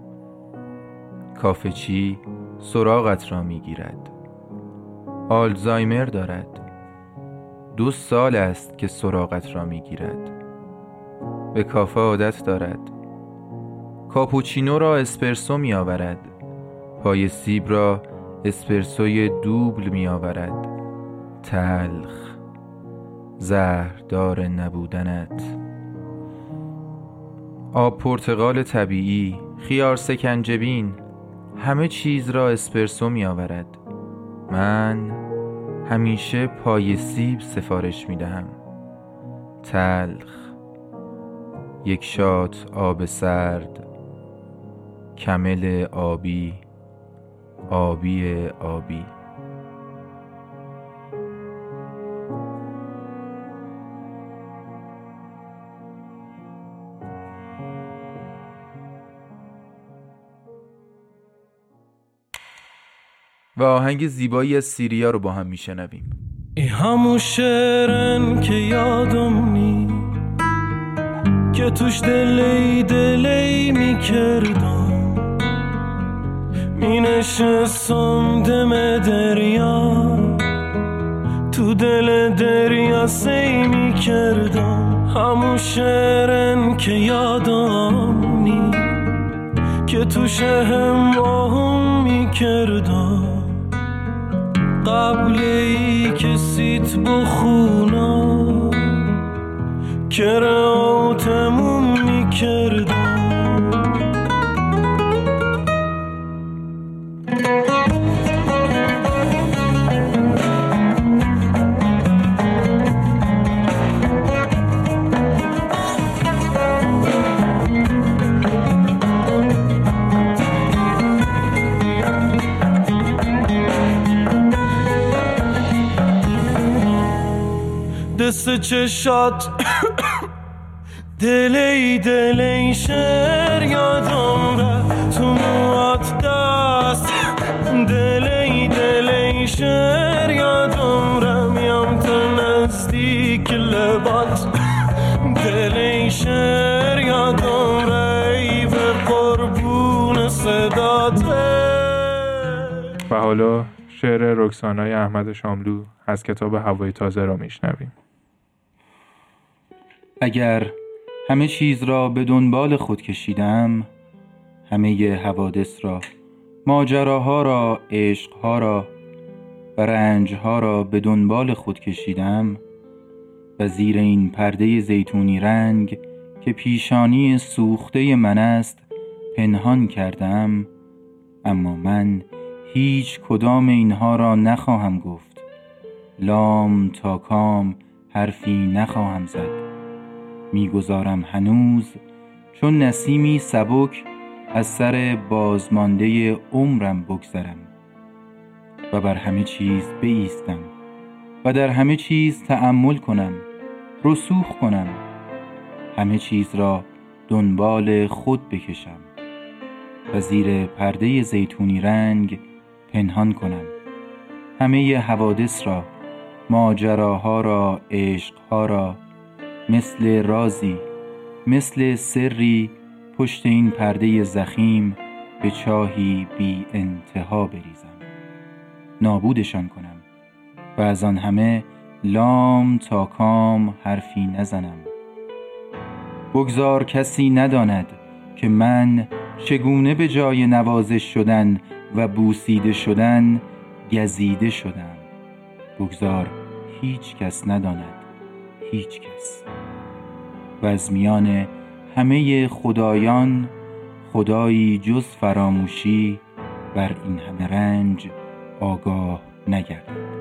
کافه چی سراغت را می گیرد. آلزایمر دارد. دو سال است که سراغت را می گیرد. به کافه عادت دارد. کاپوچینو را اسپرسو می آورد. پای سیب را اسپرسوی دوبل می آورد. تلخ، زهردار نبودنت. آب پرتقال طبیعی، خیار سکنجبین، همه چیز را اسپرسو می آورد. من همیشه پای سیب سفارش می دهم. تلخ، یک شات آب سرد، کمل آبی، آبی آبی. و آهنگ زیبایی از سیریا رو با هم میشنویم. ای همون شعرن که یادم نی که توش دلی دلی میکردم، می نشستم دم دریا، تو دل دریا سی میکردم. همون شعرن که یادم نی که توش هم آهم میکردم، قبل ای که سیت بخونم که راتمون میکردم. دست چشات دلی دلی شعر یادم را، تو موات دست دلی دلی شعر یادم را، میام تا نزدیک لبات دلی شعر یادم را، ای به قربون صدات. و حالا شعر رکسانای احمد شاملو از کتاب هوای تازه را میشنویم. اگر همه چیز را به دنبال خود کشیدم، همه حوادث را، ماجراها را، عشقها را و رنجها را به دنبال خود کشیدم و زیر این پرده زیتونی رنگ که پیشانی سوخته من است پنهان کردم، اما من هیچ کدام اینها را نخواهم گفت. لام تا کام حرفی نخواهم زد. میگذارم هنوز چون نسیمی سبک از سر بازمانده عمرم بگذرم و بر همه چیز بایستم و در همه چیز تأمل کنم، رسوخ کنم، همه چیز را دنبال خود بکشم و زیر پرده زیتونی رنگ پنهان کنم، همه حوادث را، ماجراها را، عشقها را، مثل رازی مثل سری پشت این پرده زخیم به چاهی بی انتها بریزم، نابودشان کنم و از آن همه لام تا کام حرفی نزنم. بگذار کسی نداند که من چگونه به جای نوازش شدن و بوسیده شدن گزیده شدم. بگذار هیچ کس نداند، هیچ کس. و از میان همه خدایان خدایی جز فراموشی بر این همه رنج آگاه نگردد.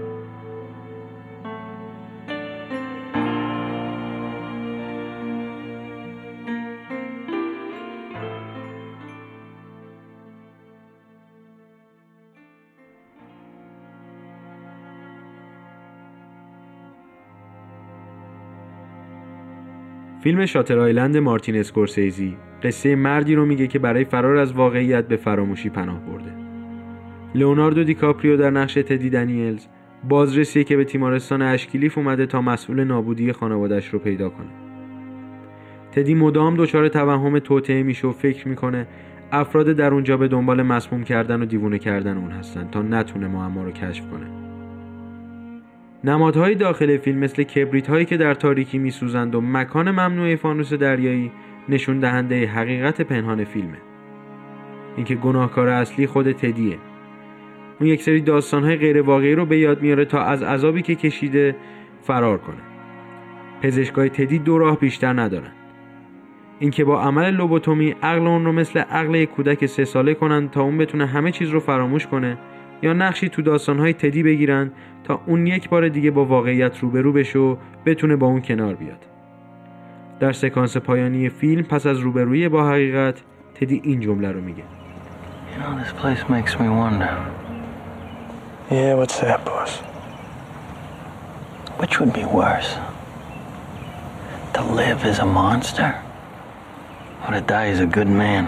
فیلم شاتر آیلند مارتین اسکورسیزی قصه مردی رو میگه که برای فرار از واقعیت به فراموشی پناه برده. لئوناردو دیکاپریو در نقش تدی دنیلز بازرسیه که به تیمارستان اشکیلیف اومده تا مسئول نابودی خانواده‌اش رو پیدا کنه. تدی مدام دچار توهم توطئه میشه و فکر میکنه افراد در اونجا به دنبال مسموم کردن و دیوونه کردن اون هستن تا نتونه معما رو کشف کنه. نمادهای داخل فیلم مثل کبریت هایی که در تاریکی میسوزند و مکان ممنوعه فانوس دریایی نشون دهنده حقیقت پنهان فیلمه. اینکه گناهکار اصلی خود تدیه. اون یک سری داستانهای غیر واقعی رو به یاد میاره تا از عذابی که کشیده فرار کنه. پزشکای تدی دو راه بیشتر ندارن. اینکه با عمل لوبوتومی عقل اون رو مثل عقل یک کودک سه ساله کنن تا اون بتونه همه چیز رو فراموش کنه، یا نقشی تو داستانهای تدی بگیرن تا اون یک بار دیگه با واقعیت روبرو بشه و بتونه با اون کنار بیاد. در سکانس پایانی فیلم پس از روبرویی با حقیقت تدی این جمله رو میگه. You know, this place makes me wonder. Yeah, what's that, boss? Which would be worse? To live as a monster? Or to die as a good man?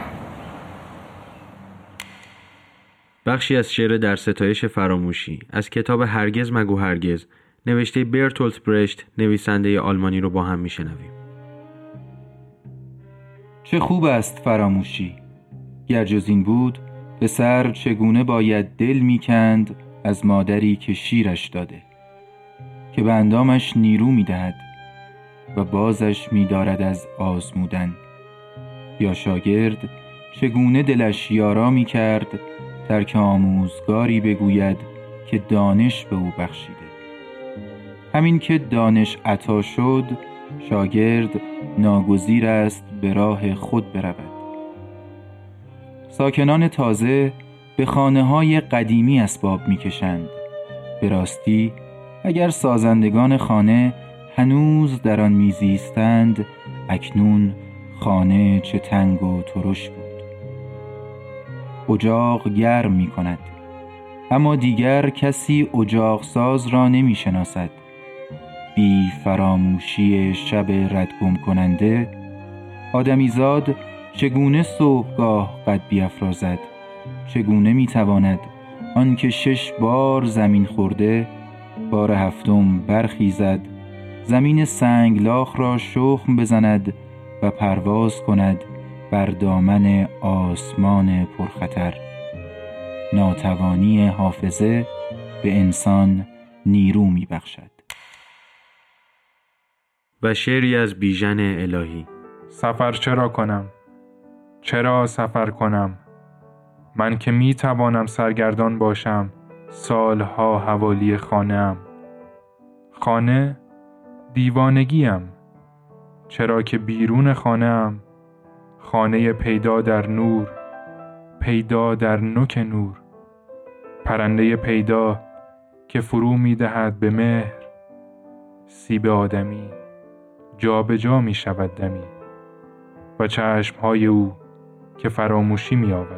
بخشی از شعر در ستایش فراموشی از کتاب هرگز مگو هرگز نوشته برتولت برشت نویسنده آلمانی رو با هم میشنویم. چه خوب است فراموشی، گر جز این بود پسر چگونه باید دل میکند از مادری که شیرش داده، که به اندامش نیرو میدهد و بازش میدارد از آزمودن. یا شاگرد چگونه دلش یارا میکرد ترک آموزگاری بگوید که دانش به او بخشیده. همین که دانش عطا شد شاگرد ناگزیر است به راه خود برود. ساکنان تازه به خانه‌های قدیمی اسباب می‌کشند. به راستی اگر سازندگان خانه هنوز در آن میزیستند اکنون خانه چه تنگ و ترش بود. اجاق گرم می کند، اما دیگر کسی اجاق ساز را نمی شناسد. بی فراموشی شب ردگم کننده آدمیزاد چگونه صبحگاه قد بیافرازد؟ چگونه می تواند آن که شش بار زمین خورده بار هفتم برخیزد، زمین سنگلاخ را شخم بزند و پرواز کند بر دامن آسمان پرخطر؟ ناتوانی حافظه به انسان نیرو می بخشد. و شعری از بیژن الهی. سفر چرا کنم؟ چرا سفر کنم؟ من که می توانم سرگردان باشم سالها حوالی خانه‌ام. خانه دیوانگیم، چرا که بیرون خانه‌ام خانه پیدا در نور، پیدا در نوک نور، پرنده پیدا که فرو می دهد به مهر، سیب آدمی جا به جا می شود دمی و چشمهای او که فراموشی می آورد.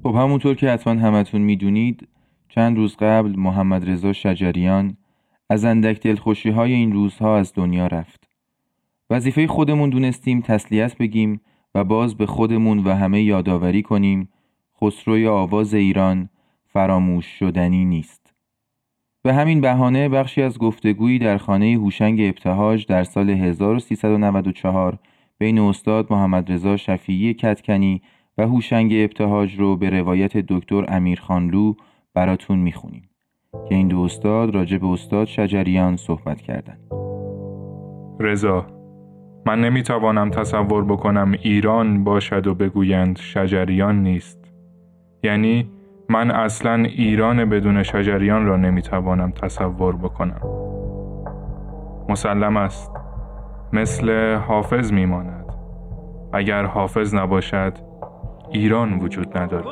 خب همونطور که حتما همتون میدونید چند روز قبل محمد رضا شجریان از اندک دلخوشی های این روزها از دنیا رفت. وظیفه خودمون دونستیم تسلیت بگیم و باز به خودمون و همه یادآوری کنیم خسروی آواز ایران فراموش شدنی نیست. به همین بهانه بخشی از گفتگویی در خانه هوشنگ ابتهاج در سال هزار و سیصد و نود و چهار بین استاد محمد رضا شفیعی کدکنی و هوشنگ ابتهاج رو به روایت دکتر امیرخانلو براتون میخونیم که این دو استاد راجع به استاد شجریان صحبت کردن. رضا: من نمیتوانم تصور بکنم ایران باشد و بگویند شجریان نیست. یعنی من اصلاً ایران بدون شجریان را نمیتوانم تصور بکنم. مسلم است مثل حافظ میماند. اگر حافظ نباشد ایران وجود ندارد.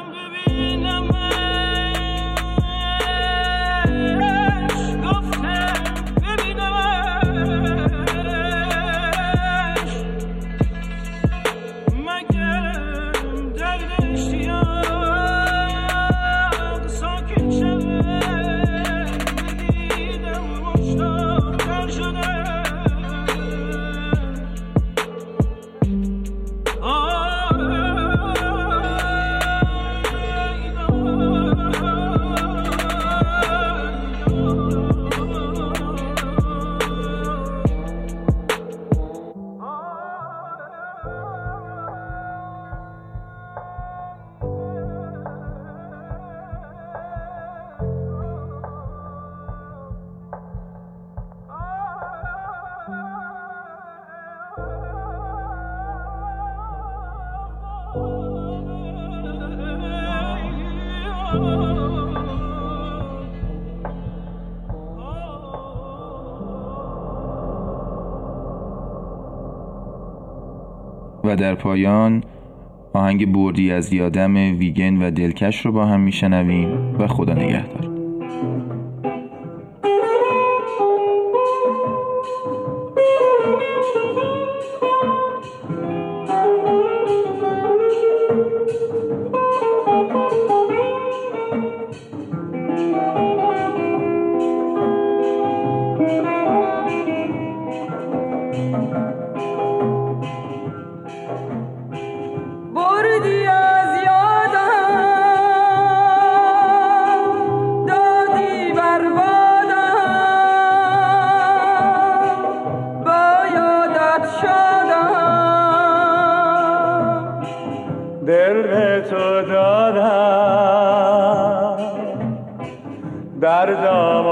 و در پایان آهنگ بردی از یادم ویگن و دلکش رو با هم میشنویم و خدا نگهدار. دل به تو دادم، در دام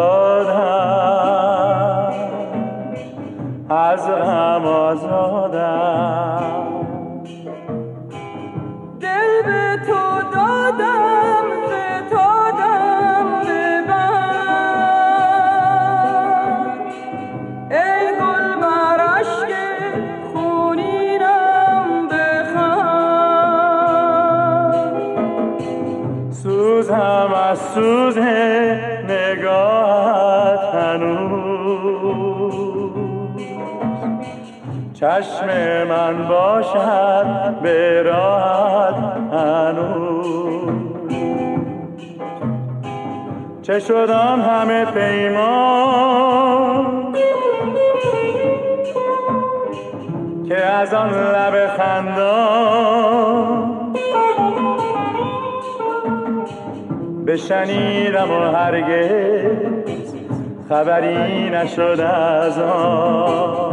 افتادم، از غم آزادم. دل به تو دادم، فتادم به بند، ای گل بر اشک خونینم بخند. سوزم از سوز نگاهت هنوز، چشم من باشد به راحت هنوز. چه شد آن همه پیمان که از آن لب خندان بشنیدم و هرگز خبری نشد از آن.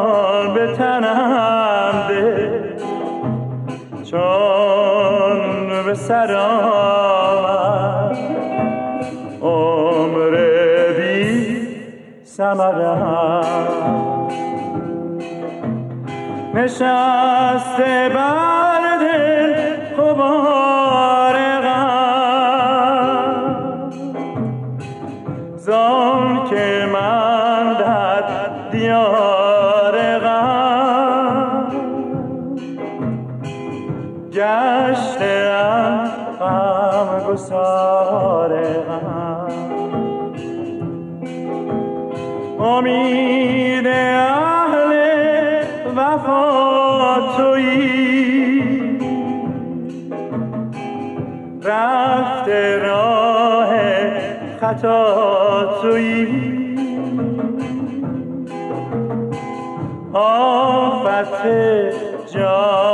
چون سر آمد عمر بی ثمرت نشسته بر دل غبار غم زان که من در دیار غم گشتم غم گسار غم امید اهل وفا تویی رفته راه خطا تویی آفت جان